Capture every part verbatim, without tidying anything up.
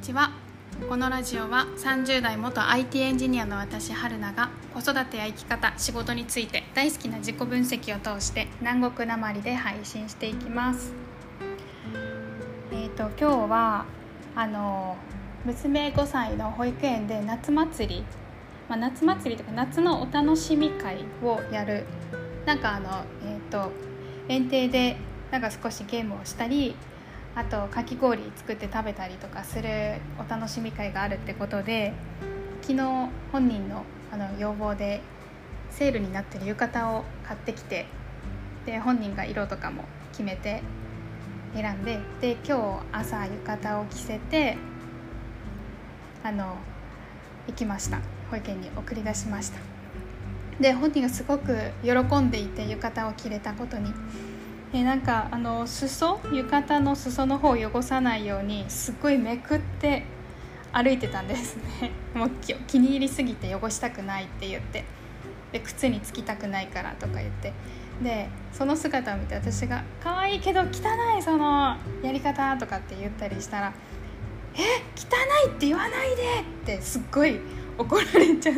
ちは。このラジオはさんじゅう代元 アイティー エンジニアの私春菜が子育てや生き方、仕事について大好きな自己分析を通して南国なまりで配信していきます。えーと今日はあの娘ごさいの保育園で夏祭り、まあ、夏祭りとか夏のお楽しみ会をやる、なんかあの、えーと園庭でなんか少しゲームをしたり、あとかき氷作って食べたりとかするお楽しみ会があるってことで、昨日本人の、あの要望でセールになってる浴衣を買ってきて、で本人が色とかも決めて選んで、で今日朝浴衣を着せてあの行きました。保育園に送り出しました。で本人がすごく喜んでいて、浴衣を着れたことにえなんかあの裾浴衣の裾の方を汚さないようにすっごいめくって歩いてたんですね。もう気に入りすぎて汚したくないって言って、で靴につきたくないからとか言って、でその姿を見て私が可愛いけど汚いそのやり方とかって言ったりしたら、え汚いって言わないでってすっごい怒られちゃって、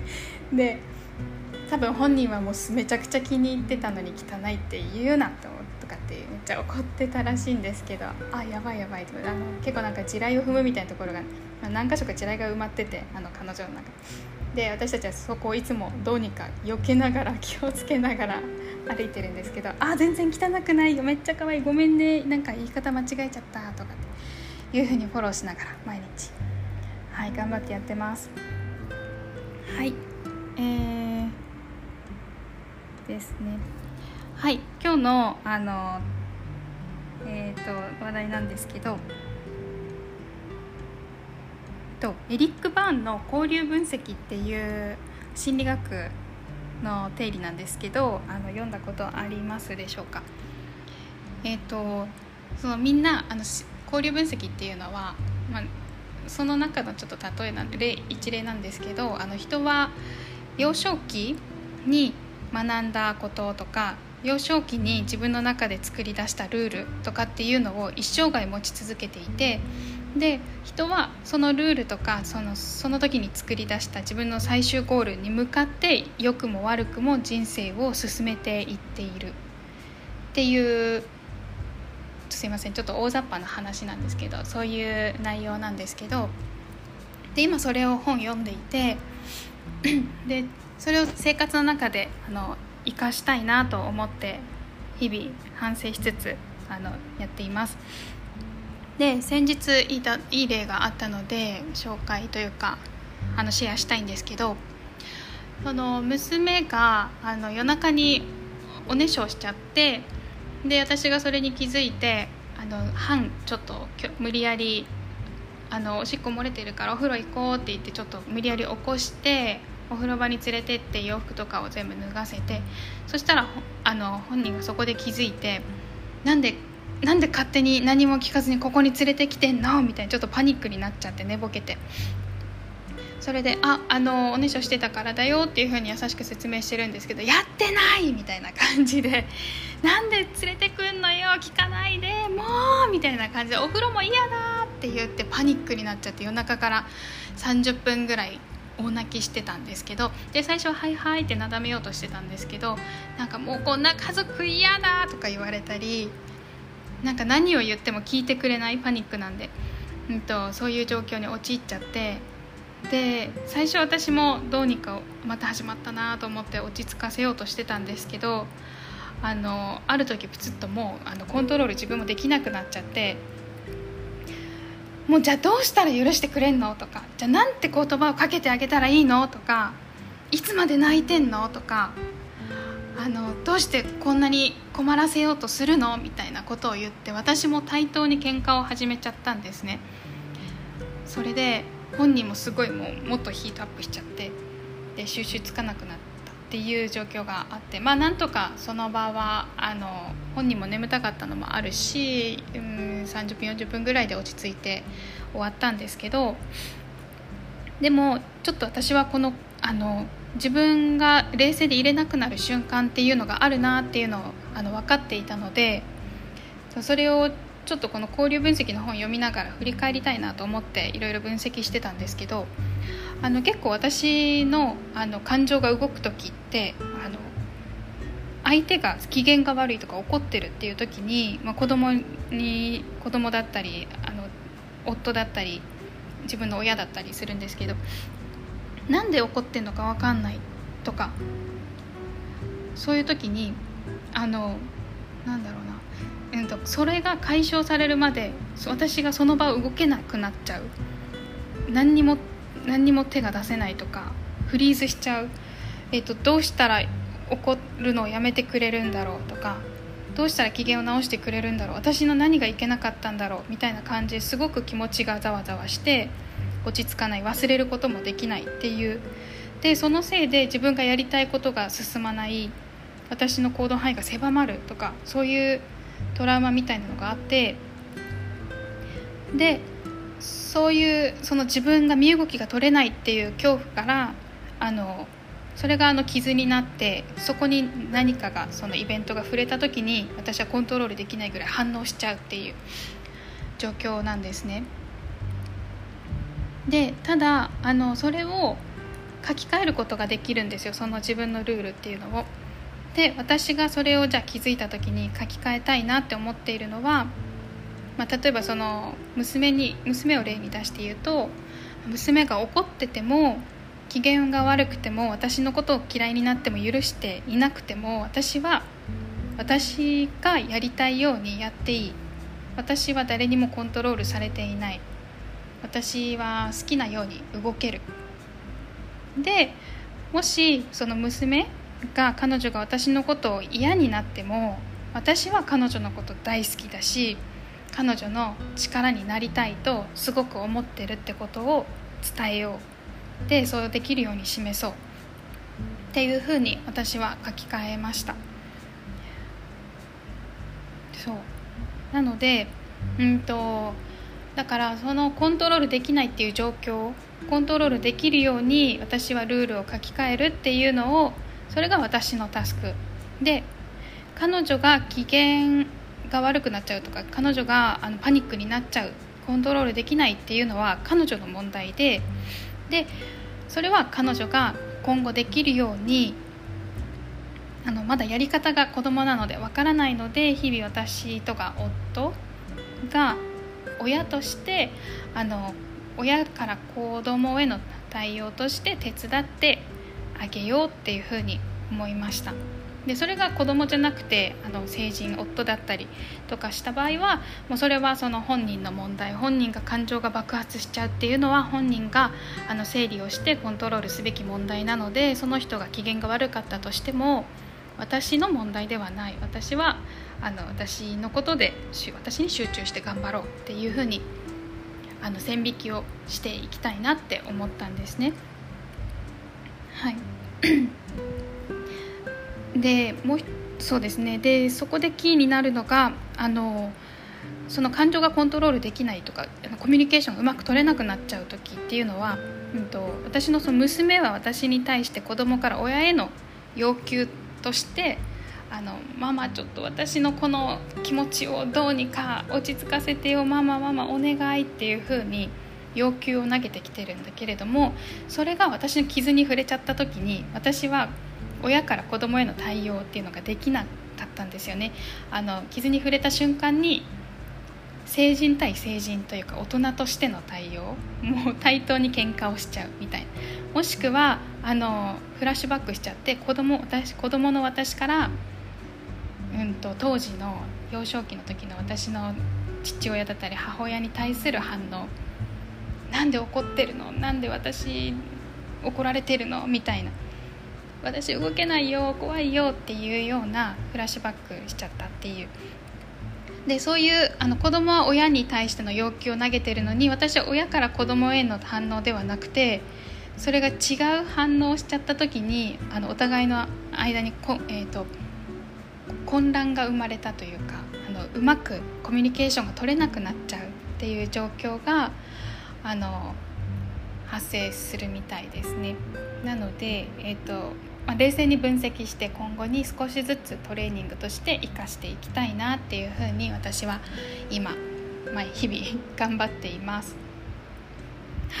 で多分本人はもうめちゃくちゃ気に入ってたのに汚いって言うなととかってめっちゃ怒ってたらしいんですけど、あやばいやばいと、あの結構なんか地雷を踏むみたいなところが、まあ、何箇所か地雷が埋まってて、あの彼女の中で、私たちはそこをいつもどうにか避けながら気をつけながら歩いてるんですけど、あ全然汚くないよ、めっちゃ可愛い、ごめんね、なんか言い方間違えちゃったとかっていう風にフォローしながら毎日はい頑張ってやってます。はいえーですね。はい、今日のあのえっ、ー、と話題なんですけど、とエリック・バーンの交流分析っていう心理学の定理なんですけど、あの読んだことありますでしょうか。えっ、ー、とそのみんなあの交流分析っていうのは、まあ、その中のちょっと例えなんで例一例なんですけど、あの人は幼少期に学んだこととか、幼少期に自分の中で作り出したルールとかっていうのを一生涯持ち続けていて、で人はそのルールとかその、その時に作り出した自分の最終ゴールに向かって良くも悪くも人生を進めていっているっていう、すいませんちょっと大雑把な話なんですけど、そういう内容なんですけど、で今それを本読んでいてでそれを生活の中であの生かしたいなと思って日々反省しつつあのやっています。で先日いいだいい例があったので紹介というかあのシェアしたいんですけど、その娘があの夜中におねしょをしちゃって、で私がそれに気づいて、あの半ちょっと無理やりあのおしっこ漏れてるからお風呂行こうって言ってちょっと無理やり起こしてお風呂場に連れてって洋服とかを全部脱がせて、そしたらあの本人がそこで気づいて、なんでなんで勝手に何も聞かずにここに連れてきてんのみたいな、ちょっとパニックになっちゃって寝ぼけて、それでああのおねしょしてたからだよっていう風に優しく説明してるんですけど、やってないみたいな感じで、なんで連れてくんのよ聞かないでもうみたいな感じで、お風呂も嫌だって言ってパニックになっちゃって、夜中からさんじゅっぷんぐらい大泣きしてたんですけど、で最初ははいはいってなだめようとしてたんですけど、なんかもうこんな家族嫌だとか言われたり、なんか何を言っても聞いてくれないパニックなんで、うんとそういう状況に陥っちゃって、で最初私もどうにかまた始まったなと思って落ち着かせようとしてたんですけど、あのある時プツッともうあのコントロール自分もできなくなっちゃって、もうじゃあどうしたら許してくれんのとか、じゃあなんて言葉をかけてあげたらいいのとか、いつまで泣いてんのとか、あのどうしてこんなに困らせようとするのみたいなことを言って、私も対等に喧嘩を始めちゃったんですね。それで本人もすごいもうもっとヒートアップしちゃって、で収拾つかなくなったっていう状況があって、まあなんとかその場はあの本人も眠たかったのもあるし、うん、さんじゅっぷんよんじゅっぷんぐらいで落ち着いて終わったんですけど、でもちょっと私はこのあの自分が冷静でいれなくなる瞬間っていうのがあるなっていうのをあの分かっていたので、それをちちょっとこの交流分析の本を読みながら振り返りたいなと思っていろいろ分析してたんですけど、あの結構私 の, あの感情が動く時ってあの相手が機嫌が悪いとか怒ってるっていう時に、まあ、子供に子供だったりあの夫だったり自分の親だったりするんですけど、なんで怒ってんのか分かんないとか、そういう時にあのなんだろうな、えっと、それが解消されるまで私がその場を動けなくなっちゃう、何にも何にも手が出せないとかフリーズしちゃう、えっと、どうしたら怒るのをやめてくれるんだろうとか、どうしたら機嫌を直してくれるんだろう、私の何がいけなかったんだろうみたいな感じですごく気持ちがざわざわして落ち着かない、忘れることもできないっていう、でそのせいで自分がやりたいことが進まない、私の行動範囲が狭まるとか、そういうトラウマみたいなのがあって、でそういうその自分が身動きが取れないっていう恐怖からあのそれがあの傷になって、そこに何かがそのイベントが触れた時に私はコントロールできないぐらい反応しちゃうっていう状況なんですね。でただあのそれを書き換えることができるんですよ、その自分のルールっていうのを。で私がそれをじゃあ気づいた時に書き換えたいなって思っているのは、まあ、例えばその娘に娘を例に出して言うと、娘が怒ってても機嫌が悪くても私のことを嫌いになっても許していなくても、私は私がやりたいようにやっていい、私は誰にもコントロールされていない、私は好きなように動ける。でもしその娘が彼女が私のことを嫌になっても、私は彼女のこと大好きだし彼女の力になりたいとすごく思ってるってことを伝えよう、でそうできるように示そうっていうふうに私は書き換えました。そうなのでうんとだからそのコントロールできないっていう状況をコントロールできるように私はルールを書き換えるっていうのを、それが私のタスクで、彼女が機嫌が悪くなっちゃうとか彼女があのパニックになっちゃう、コントロールできないっていうのは彼女の問題で、でそれは彼女が今後できるように、あのまだやり方が子供なのでわからないので、日々私とか夫が親としてあの親から子供への対応として手伝ってあげようっていうふうに思いました。でそれが子供じゃなくてあの成人夫だったりとかした場合は、もうそれはその本人の問題、本人が感情が爆発しちゃうっていうのは本人があの整理をしてコントロールすべき問題なので、その人が機嫌が悪かったとしても私の問題ではない、私はあの私のことで私に集中して頑張ろうっていうふうにあの線引きをしていきたいなって思ったんですね。はいでもうそうですね。でそこでキーになるのがあのその感情がコントロールできないとかコミュニケーションがうまく取れなくなっちゃう時っていうのは、うん、と私のその娘は私に対して子供から親への要求としてあのママちょっと私のこの気持ちをどうにか落ち着かせてよ、ママママお願いっていう風に要求を投げてきてるんだけれども、それが私の傷に触れちゃった時に私は親から子供への対応っていうのができなかったんですよね。あの傷に触れた瞬間に成人対成人というか大人としての対応、もう対等に喧嘩をしちゃうみたいな、もしくはあのフラッシュバックしちゃって子供私子供の私から、うんと、当時の幼少期の時の私の父親だったり母親に対する反応、なんで怒ってるの、なんで私怒られてるのみたいな、私動けないよ怖いよっていうようなフラッシュバックしちゃったっていう。でそういうあの子供は親に対しての要求を投げてるのに、私は親から子供への反応ではなくて、それが違う反応をしちゃった時にあのお互いの間にこ、えーと、混乱が生まれたというか、あのうまくコミュニケーションが取れなくなっちゃうっていう状況があの発生するみたいですね。なので、えーとまあ、冷静に分析して今後に少しずつトレーニングとして生かしていきたいなっていうふうに私は今、まあ、日々頑張っています。はい、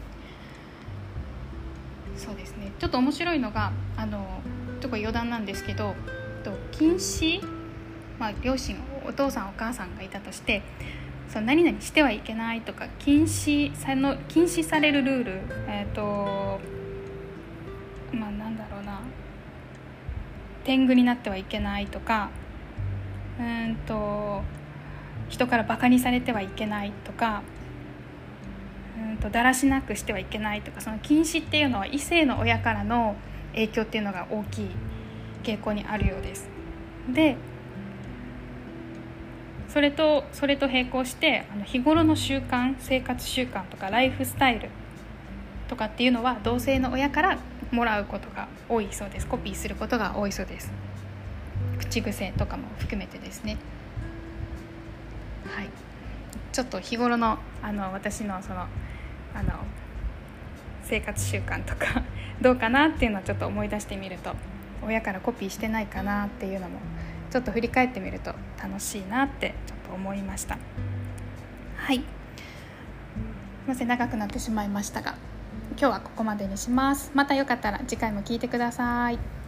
そうですね。ちょっと面白いのがあのちょっと余談なんですけど、禁止、まあ、両親お父さんお母さんがいたとして、その何々してはいけないとか禁止さの禁止されるルール、えーとまあなんだろうな天狗になってはいけないとか、うんと人からバカにされてはいけないとか、うんとだらしなくしてはいけないとか、その禁止っていうのは異性の親からの影響っていうのが大きい傾向にあるようです。でそれとそれと並行してあの日頃の習慣、生活習慣とかライフスタイルとかっていうのは同性の親からもらうことが多いそうです。コピーすることが多いそうです。口癖とかも含めてですね。はい、ちょっと日頃のあの私のそのあの生活習慣とかどうかなっていうのをちょっと思い出してみると、親からコピーしてないかなっていうのもちょっと振り返ってみると楽しいなってちょっと思いました。はい、すいません、長くなってしまいましたが今日はここまでにします。またよかったら次回も聞いてください。